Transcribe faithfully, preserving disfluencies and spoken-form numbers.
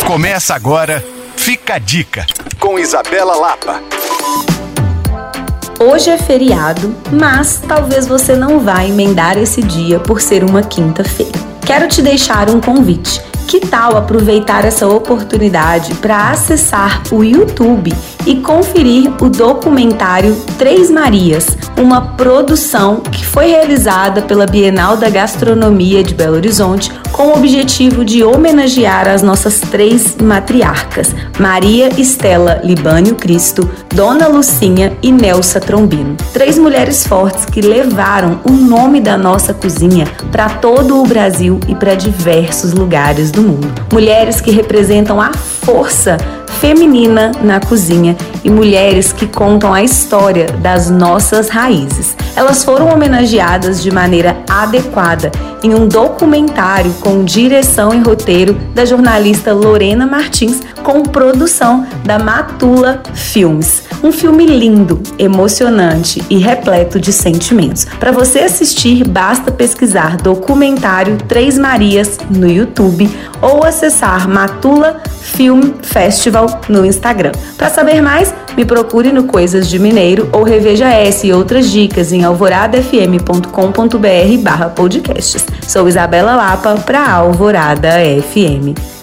Começa agora, Fica a Dica, com Isabela Lapa. Hoje é feriado, mas talvez você não vá emendar esse dia por ser uma quinta-feira. Quero te deixar um convite. Que tal aproveitar essa oportunidade para acessar o YouTube e conferir o documentário Três Marias, uma produção que foi realizada pela Bienal da Gastronomia de Belo Horizonte com o objetivo de homenagear as nossas três matriarcas, Maria Estela Libânio Cristo, Dona Lucinha e Nelsa Trombino. Três mulheres fortes que levaram o nome da nossa cozinha para todo o Brasil e para diversos lugares do mundo. Mulheres que representam a força feminina na cozinha e mulheres que contam a história das nossas raízes. Elas foram homenageadas de maneira adequada em um documentário com direção e roteiro da jornalista Lorena Martins, com produção da Matula Filmes. Um filme lindo, emocionante e repleto de sentimentos. Para você assistir, basta pesquisar documentário Três Marias no YouTube ou acessar Matula Film Festival no Instagram. Para saber mais, me procure no Coisas de Mineiro ou reveja essa e outras dicas em alvorada f m ponto com ponto b r barra podcasts. Sou Isabela Lapa para Alvorada F M.